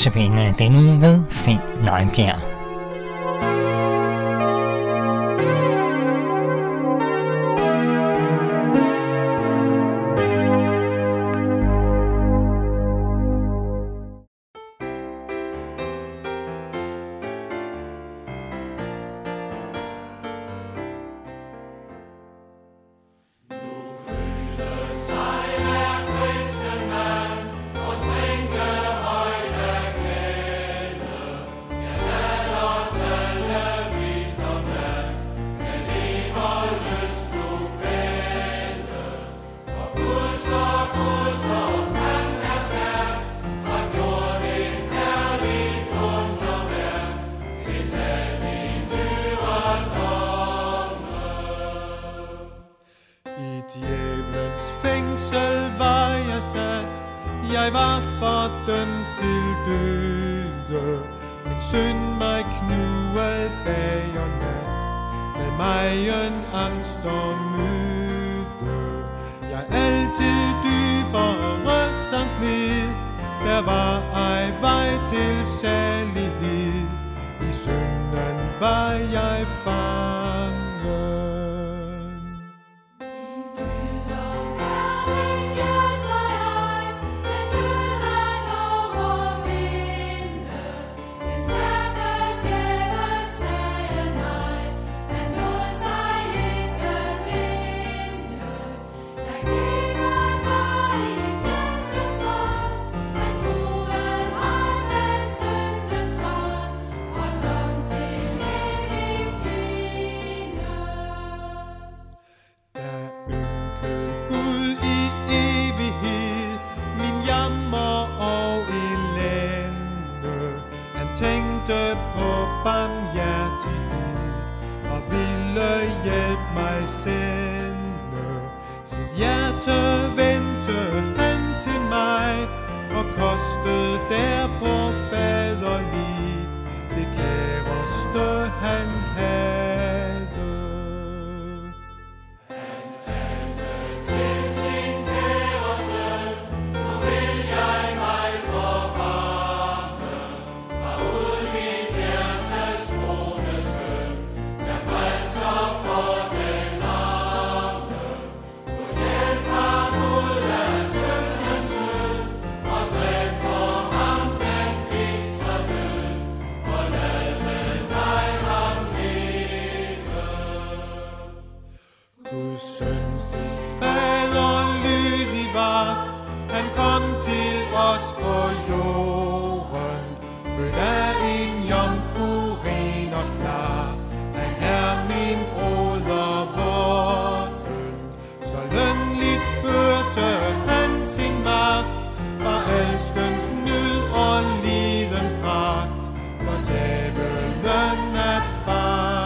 Notabene denne uge ved Finn Nøjbjerg. Djævelens fængsel var jeg sat, jeg var fordømt til døde. Min synd mig knuede dag og nat, med megen angst og møde. Jeg altid dybere sank ned, der var ej vej til salighed. I synden var jeg fangen. Tænkte på barmhjertighed og ville hjælpe mig sende. Sit hjerte vendte han til mig og kostede der på faderlig det kæreste han havde. Guds søn sin fader lydig var, han kom til os på jorden, født af en jomfru ren og klar. Han er min broder vorten, så lønligt førte han sin magt, var alskens nød og liden pragt, for djævelen at fange.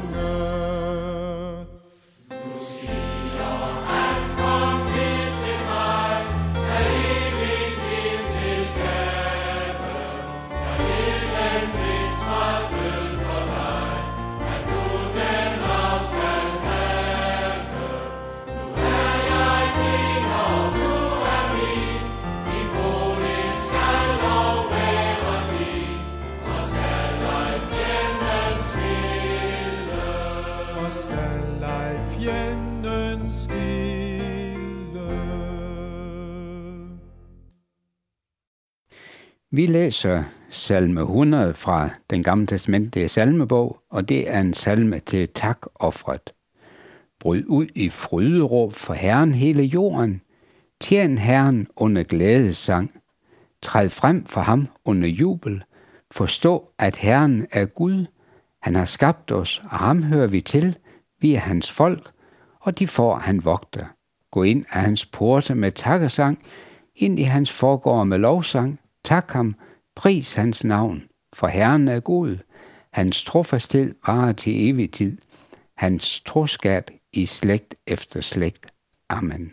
Vi læser salme 100 fra den gamle testamentlige salmebog, og det er en salme til takoffret. Bryd ud i fryderåb for Herren hele jorden. Tjen Herren under glædesang. Træd frem for ham under jubel. Forstå, at Herren er Gud. Han har skabt os, og ham hører vi til. Vi er hans folk, og de får han vogter. Gå ind af hans porte med takkesang, ind i hans forgård med lovsang. Tak ham, pris hans navn, for Herren er god. Hans trofasthed varer til evig tid. Hans troskab i slægt efter slægt. Amen.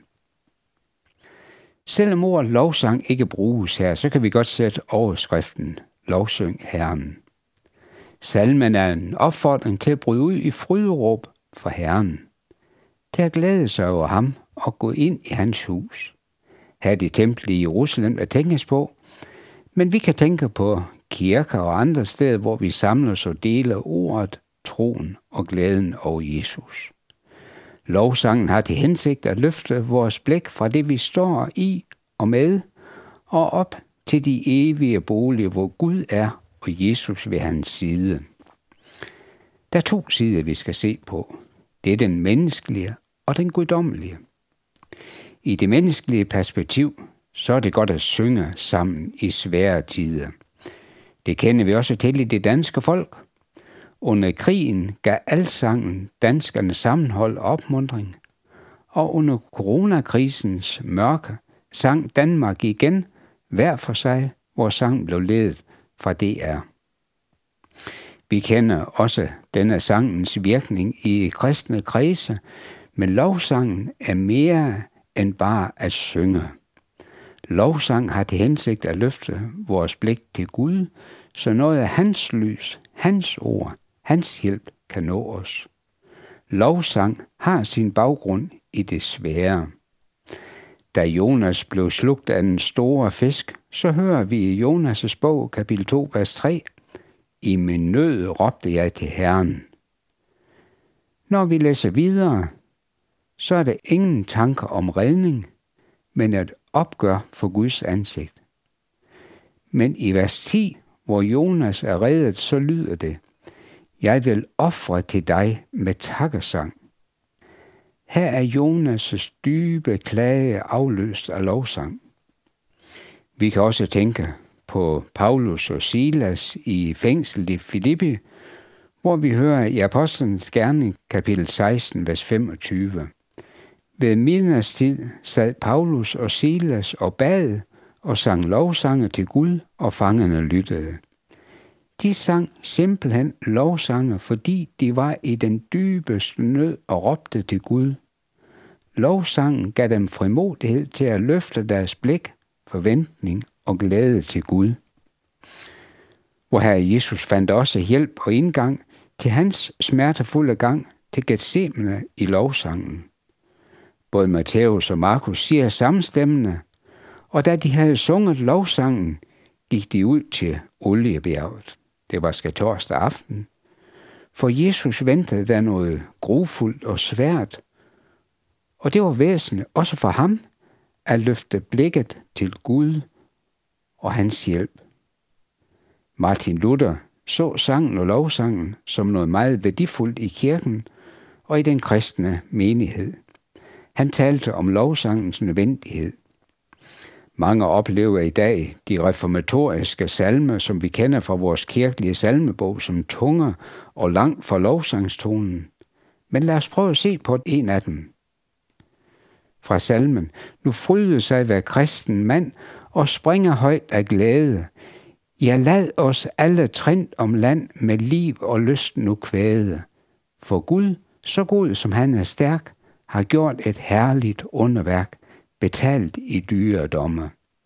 Selvom ordet lovsang ikke bruges her, så kan vi godt sætte overskriften Lovsyng Herren. Salmen er en opfordring til at bryde ud i fryderåb for Herren. Til at glæde sig over ham og gå ind i hans hus. Her i templet i Jerusalem, der tænkes på, Men vi kan tænke på kirker og andre steder, hvor vi samles og deler ordet, troen og glæden over Jesus. Lovsangen har til hensigt at løfte vores blik fra det, vi står i og med, og op til de evige boliger, hvor Gud er og Jesus ved hans side. Der er 2 sider, vi skal se på. Det er den menneskelige og den guddommelige. I det menneskelige perspektiv, så er det godt at synge sammen i svære tider. Det kender vi også til i det danske folk. Under krigen gav alsangen danskerne sammenhold og opmuntring, og under coronakrisens mørke sang Danmark igen hver for sig, hvor sang blev ledet fra DR. Vi kender også denne sangens virkning i kristne kredse, men lovsangen er mere end bare at synge. Lovsang har til hensigt at løfte vores blik til Gud, så noget af hans lys, hans ord, hans hjælp kan nå os. Lovsang har sin baggrund i det svære. Da Jonas blev slugt af den store fisk, så hører vi i Jonas' bog, kapitel 2, vers 3, i min nød råbte jeg til Herren. Når vi læser videre, så er der ingen tanker om redning, men et opgør for Guds ansigt. Men i vers 10, hvor Jonas er reddet, så lyder det, jeg vil ofre til dig med takkesang. Her er Jonas' dybe klage afløst af lovsang. Vi kan også tænke på Paulus og Silas i fængslet i Filippi, hvor vi hører i Apostlenes Gerning, kapitel 16, vers 25. Ved midnatstid sad Paulus og Silas og bad og sang lovsange til Gud, og fangerne lyttede. De sang simpelthen lovsange, fordi de var i den dybeste nød og råbte til Gud. Lovsangen gav dem frimodighed til at løfte deres blik, forventning og glæde til Gud. Hvor Herre Jesus fandt også hjælp og indgang til hans smertefulde gang til Getsemane i lovsangen. Både Matthæus og Markus siger samstemmende, og da de havde sunget lovsangen, gik de ud til Oliebjerget. Det var skærtorsdag aften. For Jesus ventede der noget grufuldt og svært, og det var væsentligt også for ham at løfte blikket til Gud og hans hjælp. Martin Luther så sangen og lovsangen som noget meget værdifuldt i kirken og i den kristne menighed. Han talte om lovsangens nødvendighed. Mange oplever i dag de reformatoriske salmer, som vi kender fra vores kirkelige salmebog, som tunge og langt fra lovsangstonen. Men lad os prøve at se på en af dem. Fra salmen, nu fryde sig hver kristen mand og springer højt af glæde. Ja, lad os alle trint om land med liv og lyst nu kvæde. For Gud, så god som han er stærk, har gjort et herligt underværk, betalt i dyre domme.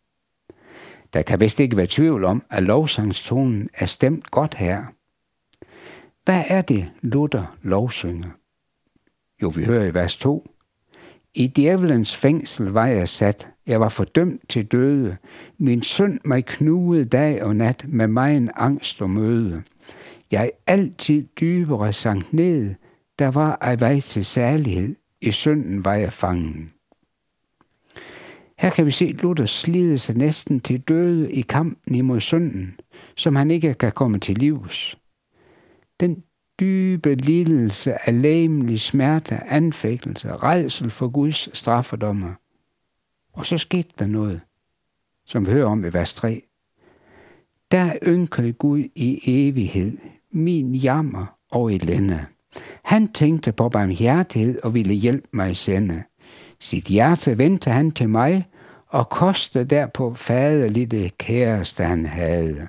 Der kan vist ikke være tvivl om, at lovsangstonen er stemt godt her. Hvad er det, Luther lovsynger? Jo, vi hører i vers 2. I djævelens fængsel var jeg sat, jeg var fordømt til døde. Min synd mig knugede dag og nat med megen angst og møde. Jeg altid dybere sank ned, der var af vej til særlighed, i synden var jeg fangen. Her kan vi se Luther slide sig næsten til døde i kampen imod synden, som han ikke kan komme til livs. Den dybe lidelse af legemlig smerte, anfægtelse, rædsel for Guds straffedommer. Og så skete der noget, som vi hører om i vers 3. Der ynkede Gud i evighed, min jammer og elende. Han tænkte på barmhjertighed og ville hjælpe mig sende. Sit hjerte vendte han til mig, og kostede derpå faderligt det kæreste han havde.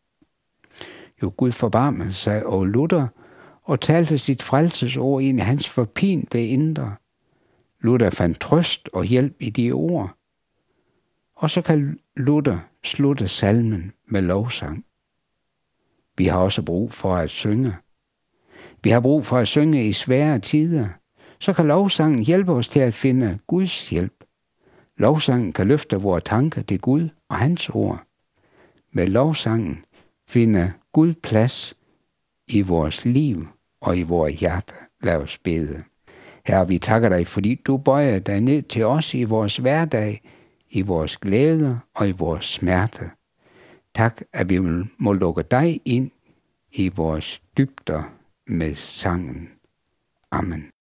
Jo, Gud forbarmede sig over Luther, og talte sit frelsesord ind i hans forpinte indre. Luther fandt trøst og hjælp i de ord. Og så kan Luther slutte salmen med lovsang. Vi har også brug for at synge. Vi har brug for at synge i svære tider. Så kan lovsangen hjælpe os til at finde Guds hjælp. Lovsangen kan løfte vores tanker til Gud og hans ord. med lovsangen finder Gud plads i vores liv og i vores hjerte. Lad os bede. Herre, vi takker dig, fordi du bøjer dig ned til os i vores hverdag, i vores glæde og i vores smerte. Tak, at vi må lukke dig ind i vores dybder med sangen. Amen.